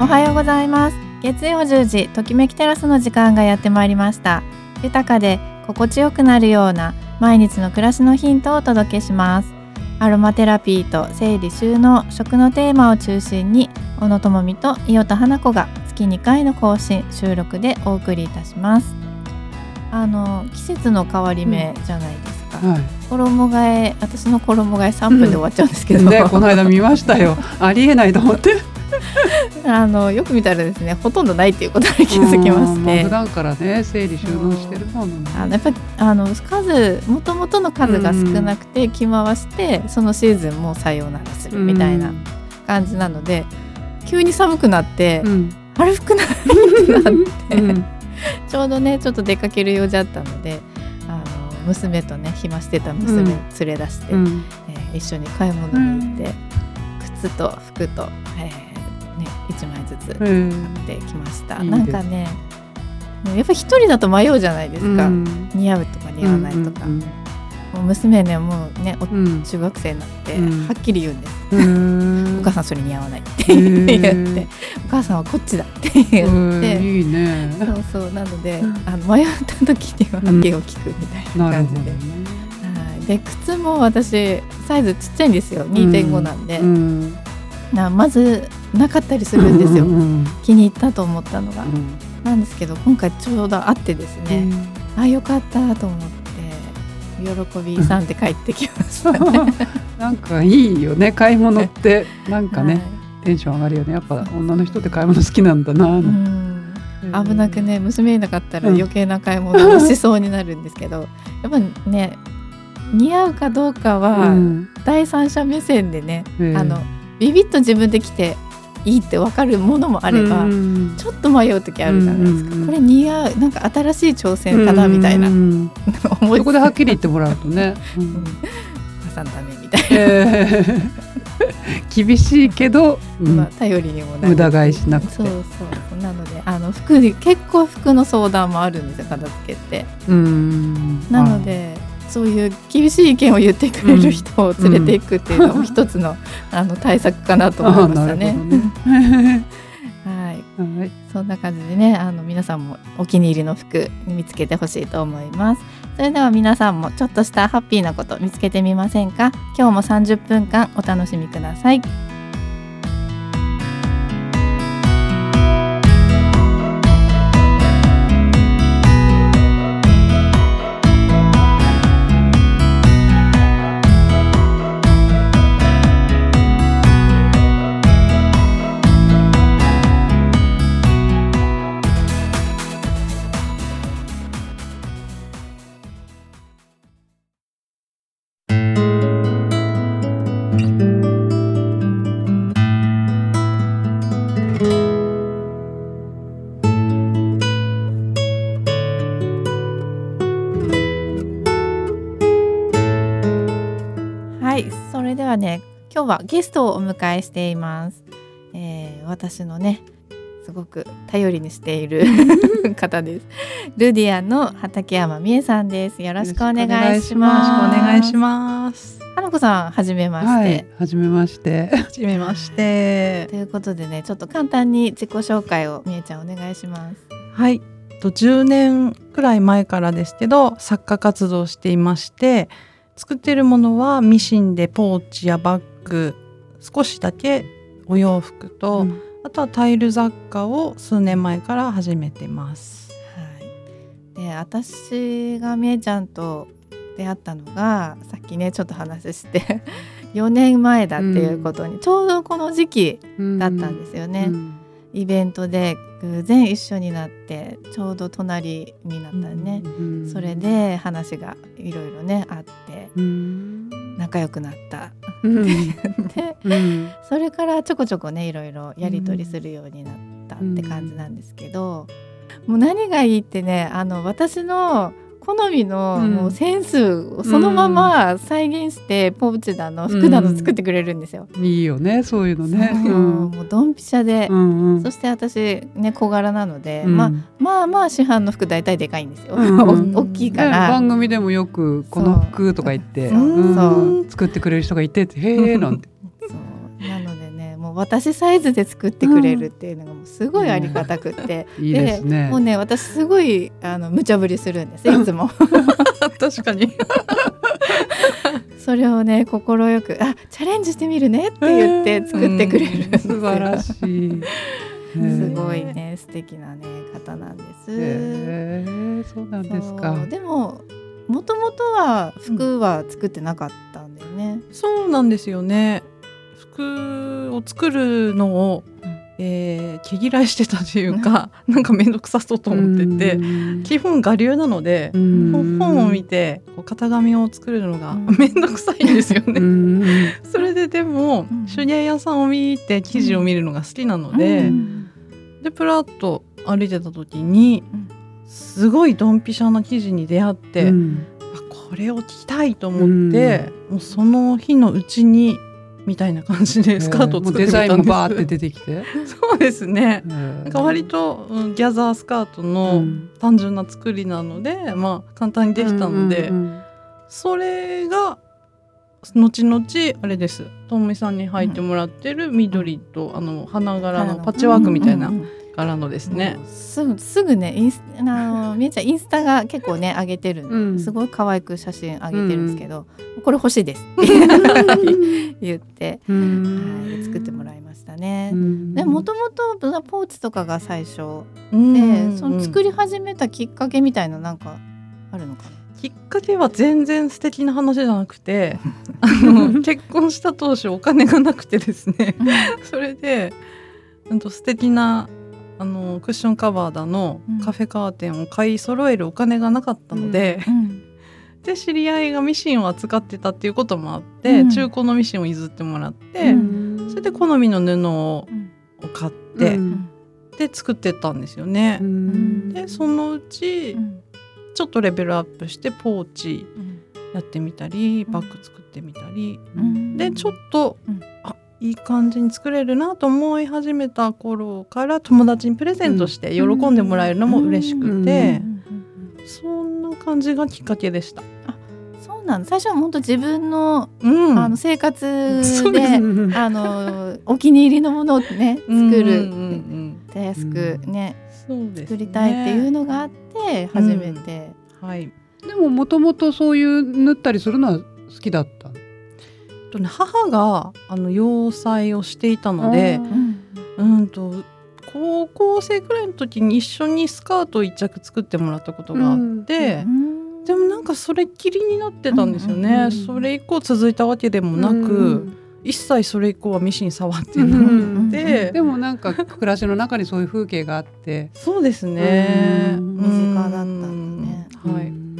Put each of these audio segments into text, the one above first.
はようございます。月曜10時ときめきテラスの時間がやってまいりました。豊かで心地よくなるような毎日の暮らしのヒントをお届けします。アロマテラピーと整理収納、食のテーマを中心に小野智美と伊予田花子が月2回の更新収録でお送りいたします。季節の変わり目じゃないですか、はい、衣替え、私の衣替え3分で終わっちゃうんですけど、 ね、この間見ましたよありえないと思ってよく見たらですね、ほとんどないっていうことに気づきまして、 普段からね整理収納してるものね。 やっぱりもともとの数が少なくて着回してそのシーズンもさようならするみたいな感じなので、急に寒くなって、あれ服ないってなって、ちょうどねちょっと出かける用事あったので、娘とね暇してた娘連れ出して、一緒に買い物に行って、靴と服と、1枚ずつ買ってきました。なんかね、やっぱり一人だと迷うじゃないですか、似合うとか似合わないとか、もう娘ねもうね中学生になって、はっきり言うんです、お母さんそれ似合わないって言って、お母さんはこっちだって言って、 いいね。 そうなので、迷った時には毛を聞くみたいな感じで、で靴も私サイズちっちゃいんですよ、2.5 なんで、まずなかったりするんですよ、気に入ったと思ったのが、なんですけど今回ちょうどあってですね、よかったと思って喜びさんって帰ってきましたねなんかいいよね、買い物ってなんかね、テンション上がるよね。やっぱ女の人って買い物好きなんだな。 危なくね、娘いなかったら余計な買い物をしそうになるんですけど、やっぱね似合うかどうかは第三者目線でね、ビビッと自分で着ていいって分かるものもあれば、ちょっと迷う時あるじゃないですか、これ似合う、なんか新しい挑戦かなみたいな、 そこではっきり言ってもらうとね、 お母さんダメみたいな、 厳しいけど、 頼りにもなる、 無駄買いしなくて、 そうなので結構服の相談もあるんですよ、片付けって。なのでそういう厳しい意見を言ってくれる人を連れていくっていうのも一つの、対策かなと思いましたね。はい、そんな感じでね、皆さんもお気に入りの服見つけてほしいと思います。それでは皆さんもちょっとしたハッピーなこと見つけてみませんか。今日も30分間お楽しみください。それではね、今日はゲストをお迎えしています。私のねすごく頼りにしている方です。ルディアの畠山美恵さんです。よろしくお願いします。 よろしくお願いします。 花子さん、はじめまして。 はじめまして。 はじめまして。 ということでね、ちょっと簡単に自己紹介を美恵ちゃんお願いします。 はい、10年くらい前からですけど作家活動していまして、作っているものはミシンでポーチやバッグ、少しだけお洋服と、あとはタイル雑貨を数年前から始めてます。 で、私がみえちゃんと出会ったのがさっきねちょっと話して4年前だっていうことに、ちょうどこの時期だったんですよね。イベントで偶然一緒になってちょうど隣になったね、それで話がいろいろねあって仲良くなったで、それからちょこちょこねいろいろやり取りするようになったって感じなんですけど、もう何がいいってね、私の好みのもうセンスをそのまま再現してポーチだの服だの作ってくれるんですよ。 いいよね、そういうのね。 もうドンピシャで、そして私ね小柄なので、まあ市販の服大体でかいんですよ、大きいから、 番組でもよくこの服とか言って作ってくれる人がいて、へーなんてなのでね、もう私サイズで作ってくれるっていうのがもうすごいありがたくって、 いいですね。 もうね私すごい無茶ぶりするんですいつも確かにそれをね心よくチャレンジしてみるねって言って作ってくれるんですよ、 素晴らしいすごいね素敵なね方なんです。 そうなんですか。 でももともとは服は作ってなかったんだよね。 そうなんですよね。服を作るのを、毛嫌いしてたというかなんかめんどくさそうと思ってて、基本我流なので本を見てこう型紙を作るのがめんどくさいんですよね。それででも手芸屋さんを見て生地を見るのが好きなので、でプラッと歩いてた時にすごいドンピシャな生地に出会って、これを着たいと思って、もうその日のうちにみたいな感じでスカートを作ってみたんです。 デザインもバーって出てきてそうですね、なんか割と、ギャザースカートの単純な作りなので、簡単にできたので、それが後々あれです、ともみさんに履いてもらってる緑と花柄のパッチワークみたいな柄のですね、 すぐねみえちゃんインスタが結構ね上げてる、すごい可愛く写真上げてるんですけど、これ欲しいですって言って、作ってもらいましたね。でもともとポーチとかが最初で、その作り始めたきっかけみたいななんかあるのかな。 きっかけは全然素敵な話じゃなくて結婚した当初お金がなくてですねそれで素敵なクッションカバーだの、カフェカーテンを買い揃えるお金がなかったので、で知り合いがミシンを扱ってたっていうこともあって、中古のミシンを譲ってもらって、それで好みの布を買って、で作ってったんですよね。でそのうち、ちょっとレベルアップしてポーチやってみたり、バッグ作ってみたり、でちょっと、いい感じに作れるなと思い始めた頃から友達にプレゼントして喜んでもらえるのも嬉しくて、そんな感じがきっかけでした。 そうなんだ。最初は本当自分の、生活でお気に入りのものをね作る、たやすくね、作りたいっていうのがあって始めて、 でももともとそういう縫ったりするのは好きだった。 母が洋裁をしていたので、高校生くらいの時に一緒にスカートを一着作ってもらったことがあって、でもなんかそれっきりになってたんですよね。それ以降続いたわけでもなく、一切それ以降はミシン触ってなくて、 でもなんか暮らしの中にそういう風景があってそうですね、 身近だったんだね。そう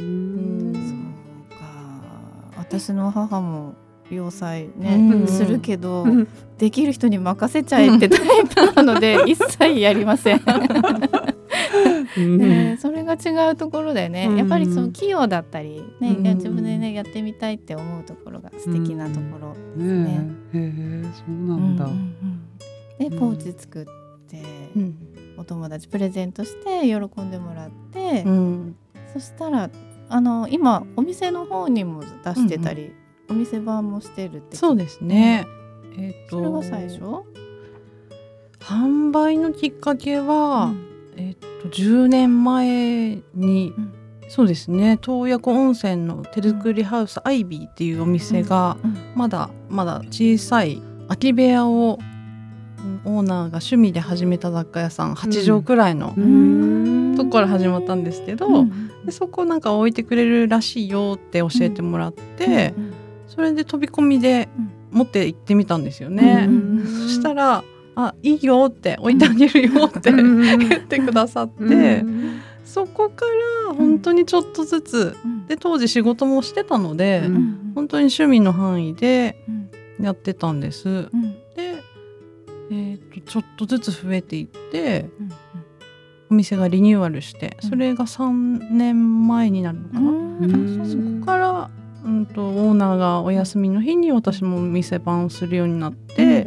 か。私の母も洋裁ね、するけど、できる人に任せちゃえってタイプなので一切やりませんそれが違うところでね、やっぱりその器用だったり、ね、自分でねやってみたいって思うところが素敵なところですね。 そうなんだ。 でポーチ作って、お友達プレゼントして喜んでもらって、そしたら今お店の方にも出してたり、お店番もしてるって。 そうですね、 それが最初販売のきっかけは、10年前に、そうですね、洞爺湖温泉の手作りハウスアイビーっていうお店が、まだ小さい空き部屋をオーナーが趣味で始めた雑貨屋さん、8畳くらいのとこから始まったんですけど、でそこなんか置いてくれるらしいよって教えてもらって、それで飛び込みで持って行ってみたんですよね。そしたらいいよって置いてあげるよって言ってくださって、そこから本当にちょっとずつ、で当時仕事もしてたので、本当に趣味の範囲でやってたんです。で、ちょっとずつ増えていって、お店がリニューアルして、それが3年前になるのかな。そこからオーナーがお休みの日に私も店番をするようになって、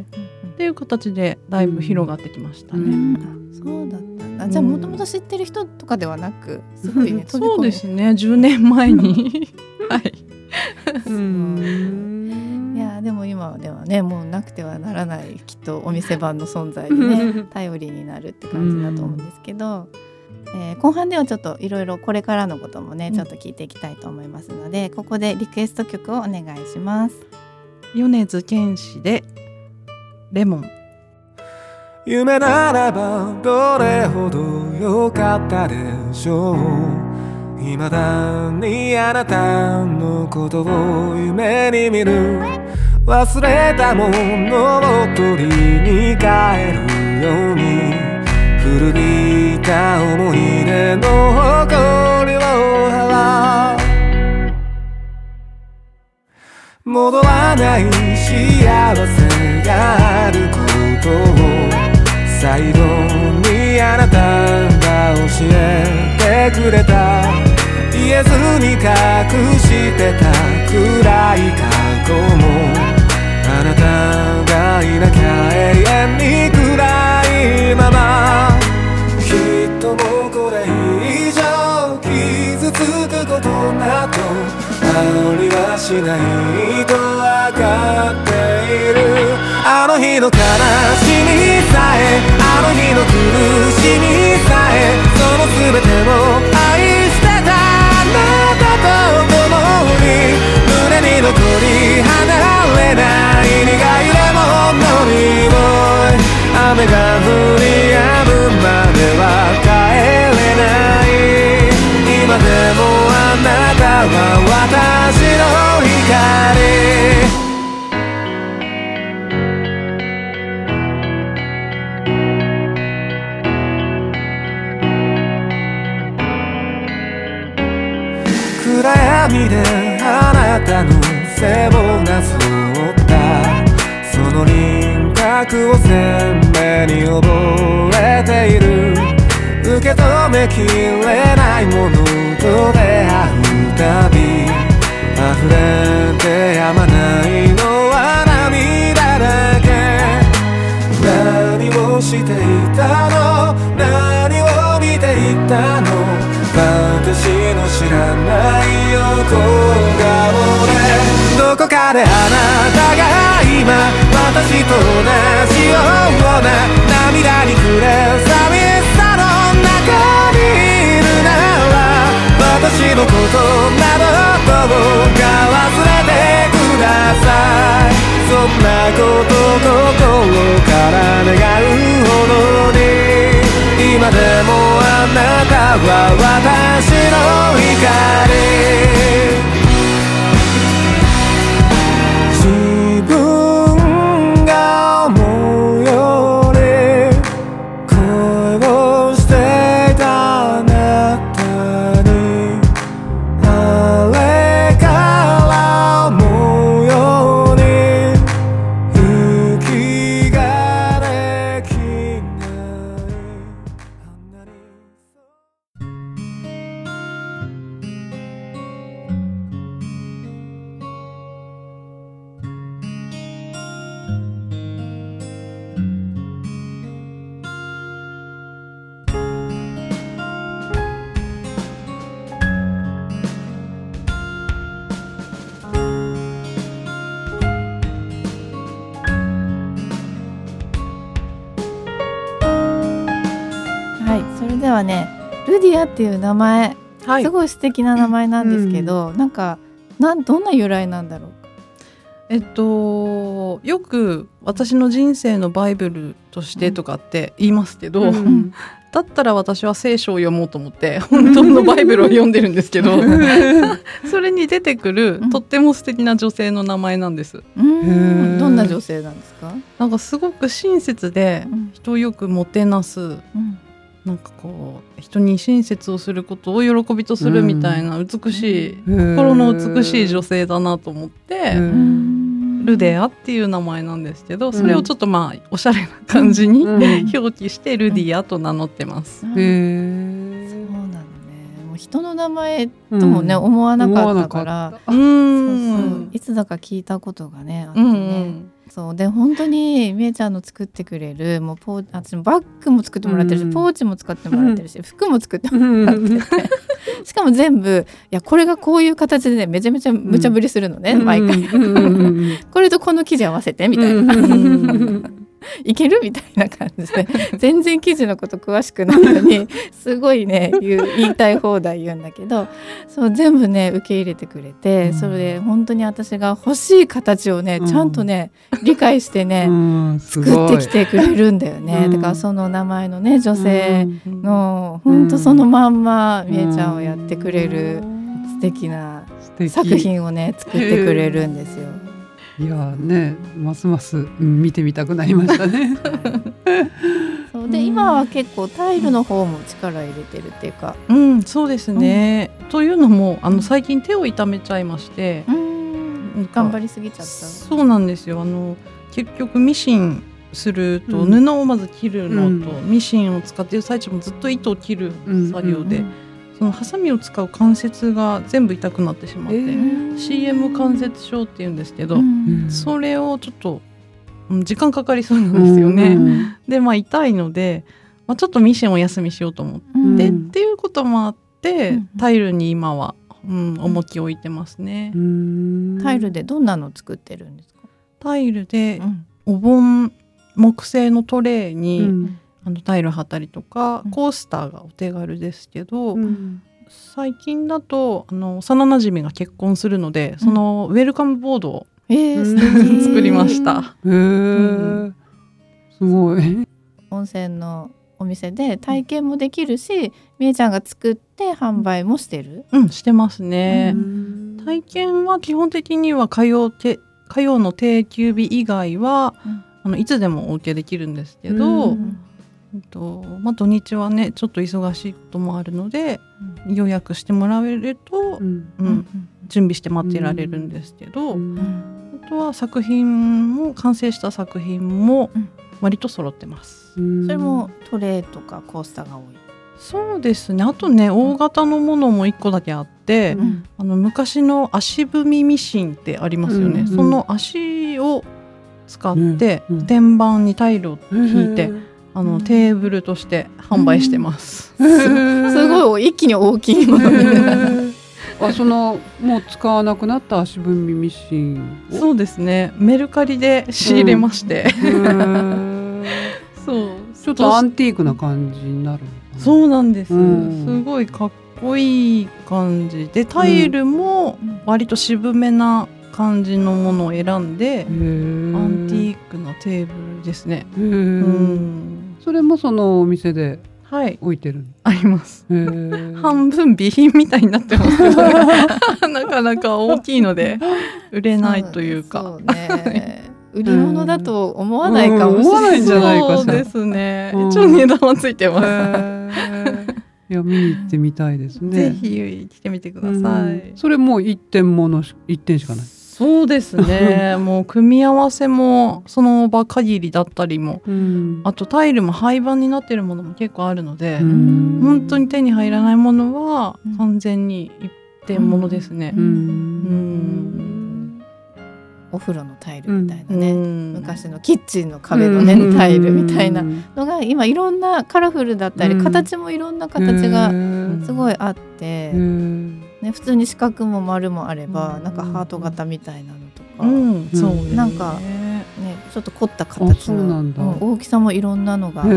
っていう形でだいぶ広がってきましたね。 そうだったんだ。じゃあもともと知ってる人とかではなく、すごいね、 そうですね、10年前にはいいやでも今今ではねもうなくてはならないきっとお店番の存在でね頼りになるって感じだと思うんですけど、後半ではちょっといろいろこれからのこともねちょっと聞いていきたいと思いますので、ここでリクエスト曲をお願いします。 米津玄師でレモン。 夢ならばどれほど良かったでしょう。未だにあなたのことを夢に見る。忘れたものを取りに帰るように古びた思い出の誇りを払う。戻らない幸せがあることを最後にあなたが教えてくれた。言えずに隠してた暗い過去もあなたがいなきゃ永遠に暗いまま。きっともうこれ以上傷つくことなどありはしないと分かっている。あの日の悲しみさえあの日の苦しみさえその全てを愛してたあなたと共に胸に残り離れない苦いレモンの匂い。雨が降り止むまでは帰れない。今でもあなたは私の光。暗闇であなたの背をなぞったその輪郭を鮮明に覚えている。受け止めきれないものと出会うたび溢れてやまないのは涙だけ。何をしていたの何を見ていたの私の知らない横顔でどこかであなたが今私と同じような涙に暮れ寂しさの中にいるなら私のことなどどうか忘れてください。そんなこと心から願うほどに今でもあなたは私の光。自分が思うより恋をしていたあなたにあれから思うように息ができない。 それではねルディアっていう名前、 はい、 すごい素敵な名前なんですけど、なんかどんな由来なんだろう。 よく私の人生のバイブルとしてとかって言いますけど、だったら私は聖書を読もうと思って本当のバイブルを読んでるんですけどそれに出てくるとっても素敵な女性の名前なんです。 どんな女性なんですか。 なんかすごく親切で人をよくもてなす、なんかこう人に親切をすることを喜びとするみたいな美しい、心の美しい女性だなと思って、ルデアっていう名前なんですけど、それをちょっとまあおしゃれな感じに表記してルディアと名乗ってます。 そうなのね。もう人の名前ともね、思わなかったから、そういつだか聞いたことがねあってね。そうで本当にみえちゃんの作ってくれるもう私もバッグも作ってもらってるし、ポーチも使ってもらってるし、服も作ってもらっててしかも全部いやこれがこういう形でねめちゃめちゃ無茶ぶりするのね、毎回これとこの生地合わせてみたいな、いけるみたいな感じで全然生地のこと詳しくないのにすごいね言いたい放題言うんだけど、そう全部ね受け入れてくれて、それで本当に私が欲しい形をねちゃんとね理解してね作ってきてくれるんだよね。だからその名前のね女性の本当そのまんまみえちゃんをやってくれる素敵な作品をね作ってくれるんですよ。 いやね、ますます、見てみたくなりましたね。 そうで今は結構タイルの方も力入れてるっていうか、 そうですね、というのも最近手を痛めちゃいまして、 頑張りすぎちゃった。 そうなんですよ。結局ミシンすると布をまず切るのと、ミシンを使っている最中もずっと糸を切る作業で、そのハサミを使う関節が全部痛くなってしまって、CM 関節症っていうんですけど、それをちょっと時間かかりそうなんですよね。で痛いので、ちょっとミシンをお休みしようと思って、っていうこともあって、タイルに今は、重きを置いてますね。 タイルでどんなの作ってるんですか？ タイルで、お盆木製のトレーに、タイル貼ったりとか、コースターがお手軽ですけど、最近だと幼なじみが結婚するので、そのウェルカムボードを作りました。 すごい。 温泉のお店で体験もできるし、みえちゃんが作って販売もしてる？ してますね。体験は基本的には火曜の定休日以外は、いつでもお受けできるんですけど、土日はねちょっと忙しいこともあるので、予約してもらえると、準備して待ってられるんですけど、あとは完成した作品も割と揃ってます。 それもトレーとかコースターが多い？ そうですね。あとね、大型のものも1個だけあって、昔の足踏みミシンってありますよね。その足を使って天板にタイルを引いて、テーブルとして販売してます。 すごい一気に大きいものもう使わなくなった足踏みミシン。 そうですね。メルカリで仕入れまして、そうちょっとアンティークな感じになるのかな。 そうなんです。すごいかっこいい感じで、タイルも割と渋めな感じのものを選んで、アンティークなテーブルですね。 それもそのお店で置いてる？ あります。半分備品みたいになってますけどなかなか大きいので売れないというか、 そうね、売り物だと思わないかもしれない。 思わないんじゃないかしら。 そうですね。一応値段はついてます。 いや見に行ってみたいですね。 ぜひ来てみてください。 それもう1点しかない？ そうですね。もう組み合わせもその場限りだったりも、あとタイルも廃盤になっているものも結構あるので、本当に手に入らないものは完全に一点ものですね。 お風呂のタイルみたいなね、昔のキッチンの壁のね、タイルみたいなのが今いろんなカラフルだったり、形もいろんな形がすごいあって、普通に四角も丸もあれば、なんかハート型みたいなのとか、なんかねちょっと凝った形の大きさもいろんなのがあって、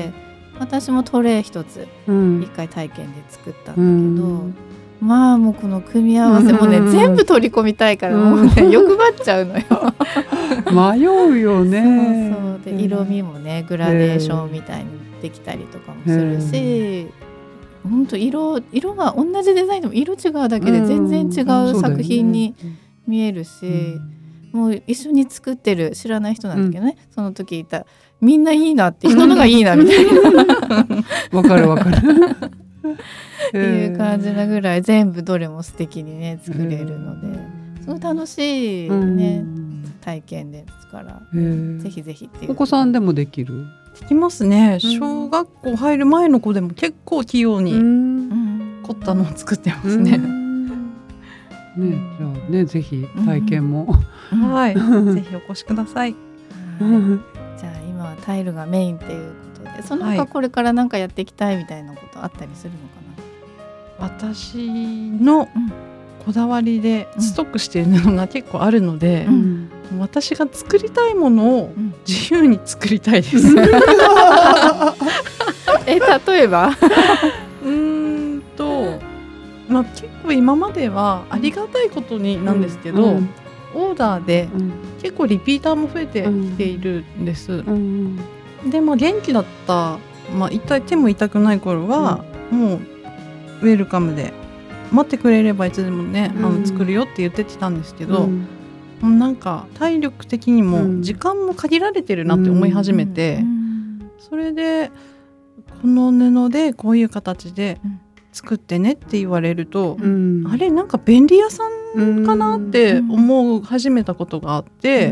私もトレー一つ一回体験で作ったんだけど、もうこの組み合わせもね、全部取り込みたいから、もうね欲張っちゃうのよ。 迷うよね。 そうで色味もねグラデーションみたいにできたりとかもするし、本当色が同じデザインでも色違うだけで全然違う作品に見えるし、もう一緒に作ってる知らない人なんだけどね、その時いたみんないいなって、人のがいいなみたいなわかるっていう感じなぐらい、全部どれも素敵にね作れるので、すごい楽しいね体験ですから、ぜひぜひっていう。 お子さんでもできる？ できますね。小学校入る前の子でも結構器用に凝ったのを作ってますね。 じゃあね、ぜひ体験も、 ぜひお越しください。 じゃあ今はタイルがメインっていうことで、その他これから何かやっていきたいみたいなことあったりするのかな？ 私のこだわりでストックしているのが結構あるので、 私が作りたいものを自由に作りたいです、 例えば結構今まではありがたいことになんですけど、オーダーで結構リピーターも増えてきているんです、で元気だった、手も痛くない頃は、もうウェルカムで待ってくれればいつでもね、作るよって言ってたんですけど、なんか体力的にも時間も限られてるなって思い始めて、それでこの布でこういう形で作ってねって言われると、あれなんか便利屋さんかなって思い始めたことがあって、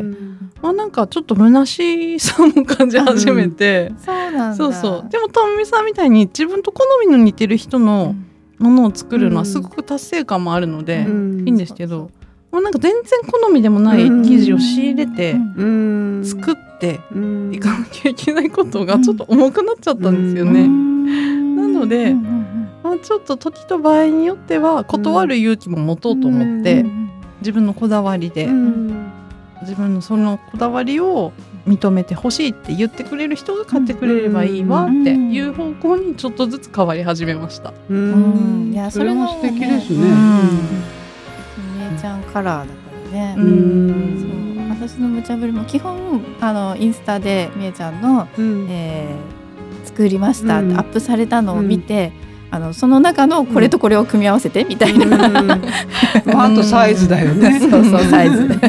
なんかちょっと虚しさも感じ始めて、 そうなんだ。 でもともみさんみたいに自分と好みの似てる人のものを作るのはすごく達成感もあるのでいいんですけど、なんか全然好みでもない生地を仕入れて作っていかなきゃいけないことがちょっと重くなっちゃったんですよね。なのでちょっと時と場合によっては断る勇気も持とうと思って、自分のこだわりで、自分のそのこだわりを認めてほしいって言ってくれる人が買ってくれればいいわっていう方向にちょっとずつ変わり始めました。 いや、 それも素敵ですね。 みえちゃんカラーだからね。そう、私の無茶ぶりも基本インスタでみえちゃんの、作りましたってアップされたのを見て、その中のこれとこれを組み合わせてみたいな、 あとサイズだよね。 そうサイズでオ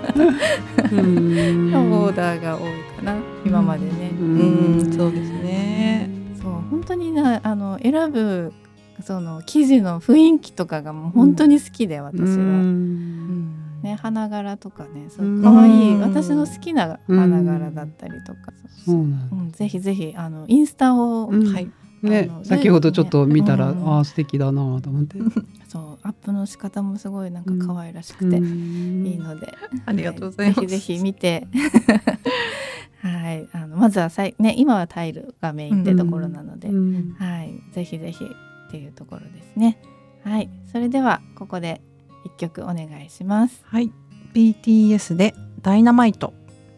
ーダーが多いかな今までね。 そうですね。 そう本当に選ぶその生地の雰囲気とかがもう本当に好きで、私は、花柄とかね、そう可愛い私の好きな花柄だったりとか、ぜひぜひインスタを、 先ほどちょっと見たら、素敵だなと思って、 そうアップの仕方もすごいなんか可愛らしくていいので、 ありがとうございます。 ぜひぜひ見てはい、まずは今はタイルがメインってところなので、ぜひぜひっていうところですね。はい、それではここで一曲お願いします。 はい、BTS でダイナマイト。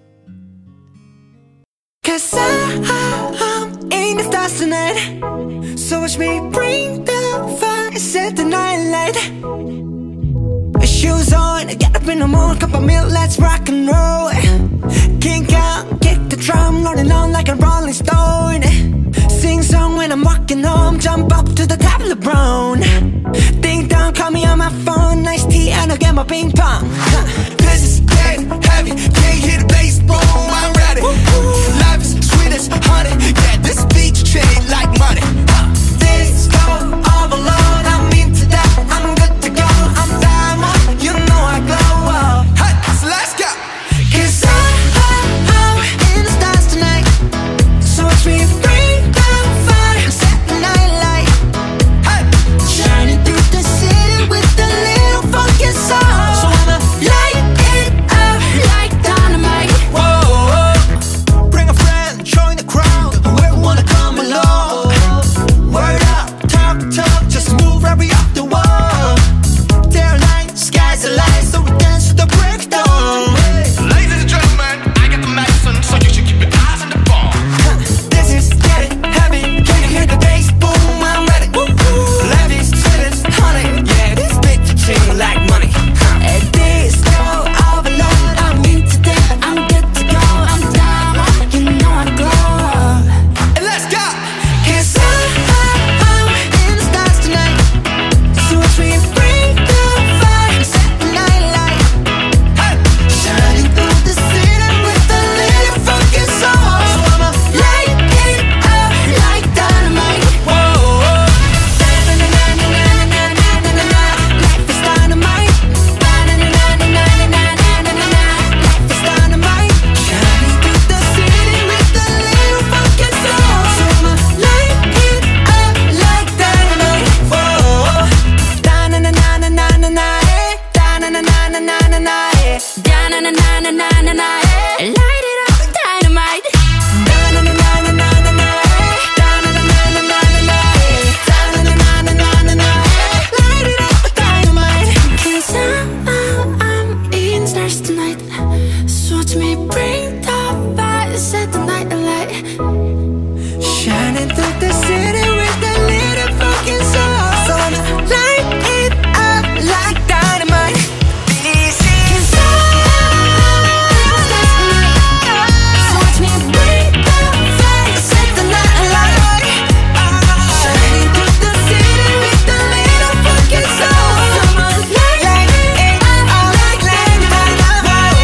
Cause I'm in the stars tonight, so watch me bring the fire, set the night light. Shoes on, get up in the morning, cup of milk, let's rock and roll. Kick out, kick the drum, rolling on like a rolling stone. Sing song when I'm walking home, jump up to the top of the brown. Ding dong, call me on my phone, nice tea and I'll get my ping pong. This is getting heavy, can't hear the bass, boom, I'm ready. Life is sweet as honey, yeah, this beat chain like money. This go all alone, I'm into that, I'm good to go, I'm diamond, you know I glow. Hey, so let's go. Cause I'm in the stars tonight, so watch me bring the fire, set the night light. Hey, shining through the city with a little funky soul. So I'ma light Watch me bring the fire, set the night alight, shining through the city with a little fucking soul. So light it up like dynamite. This is so watch me bring the fire, set the night alight, shining through the city with a little fucking soul. Someone light it up like dynamite.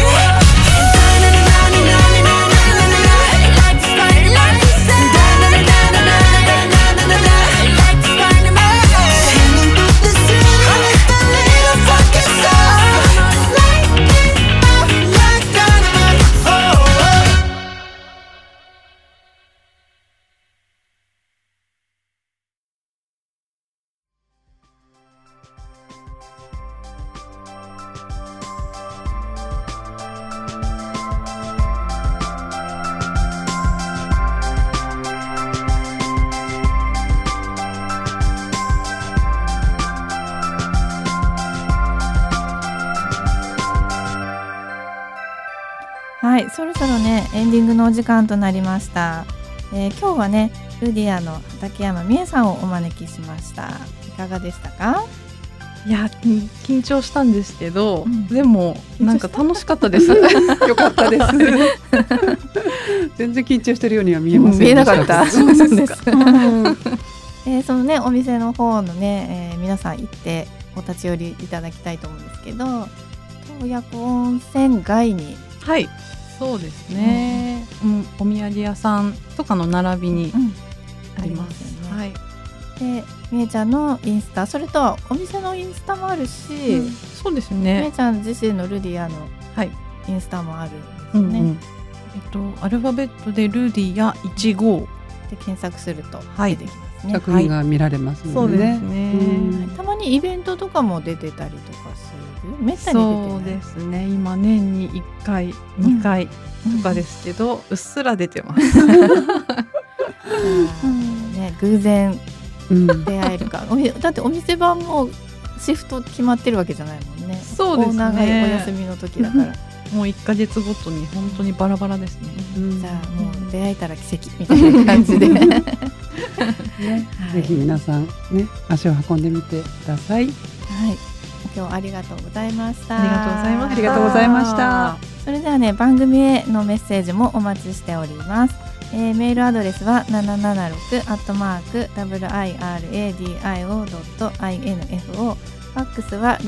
はい、そろそろねエンディングのお時間となりました。今日はねルディアの畠山美恵さんをお招きしました。いかがでしたか？ いや緊張したんですけど、でもなんか楽しかったです。 よかったです。全然緊張してるようには見えませんでした。 見えなかった。 そうですか。 そのねお店の方のね、皆さん行ってお立ち寄りいただきたいと思うんですけど、洞爺湖温泉街に、 はい、そうですね、お土産屋さんとかの並びにあります。はい。 でみえちゃんのインスタ、それとはお店のインスタもあるし、 そうですみね。 えちゃん自身のルディアのインスタもあるんですね。 アルファベットでルディア15 で検索すると出てきますね。 作品が見られますもんね。 そうですね。 たまにイベントとかも出てたりとかする？めったに出てない。 そうですね。今年に1回2回とかですけど、うっすら出てます。 ね、偶然出会えるか。だってお店番もシフト決まってるわけじゃないもんね。 そうですね。 長いお休みの時だから。 もう1ヶ月ごとに本当にバラバラですね。 じゃあもう出会えたら奇跡みたいな感じで、ぜひ皆さんね足を運んでみてください。 はい、今日はありがとうございました。 ありがとうございました。 ありがとうございました。 それではね番組へのメッセージもお待ちしております。メールアドレスは776@iradio.info、ファックスは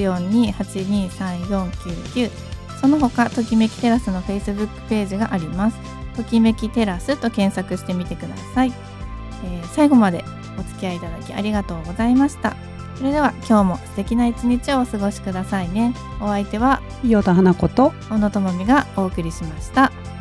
0142-823499。その他ときめきテラスの Facebook ページがあります。ときめきテラスと検索してみてください。最後までお付き合いいただきありがとうございました。それでは今日も素敵な一日をお過ごしくださいね。お相手は伊予田花子と小野智美がお送りしました。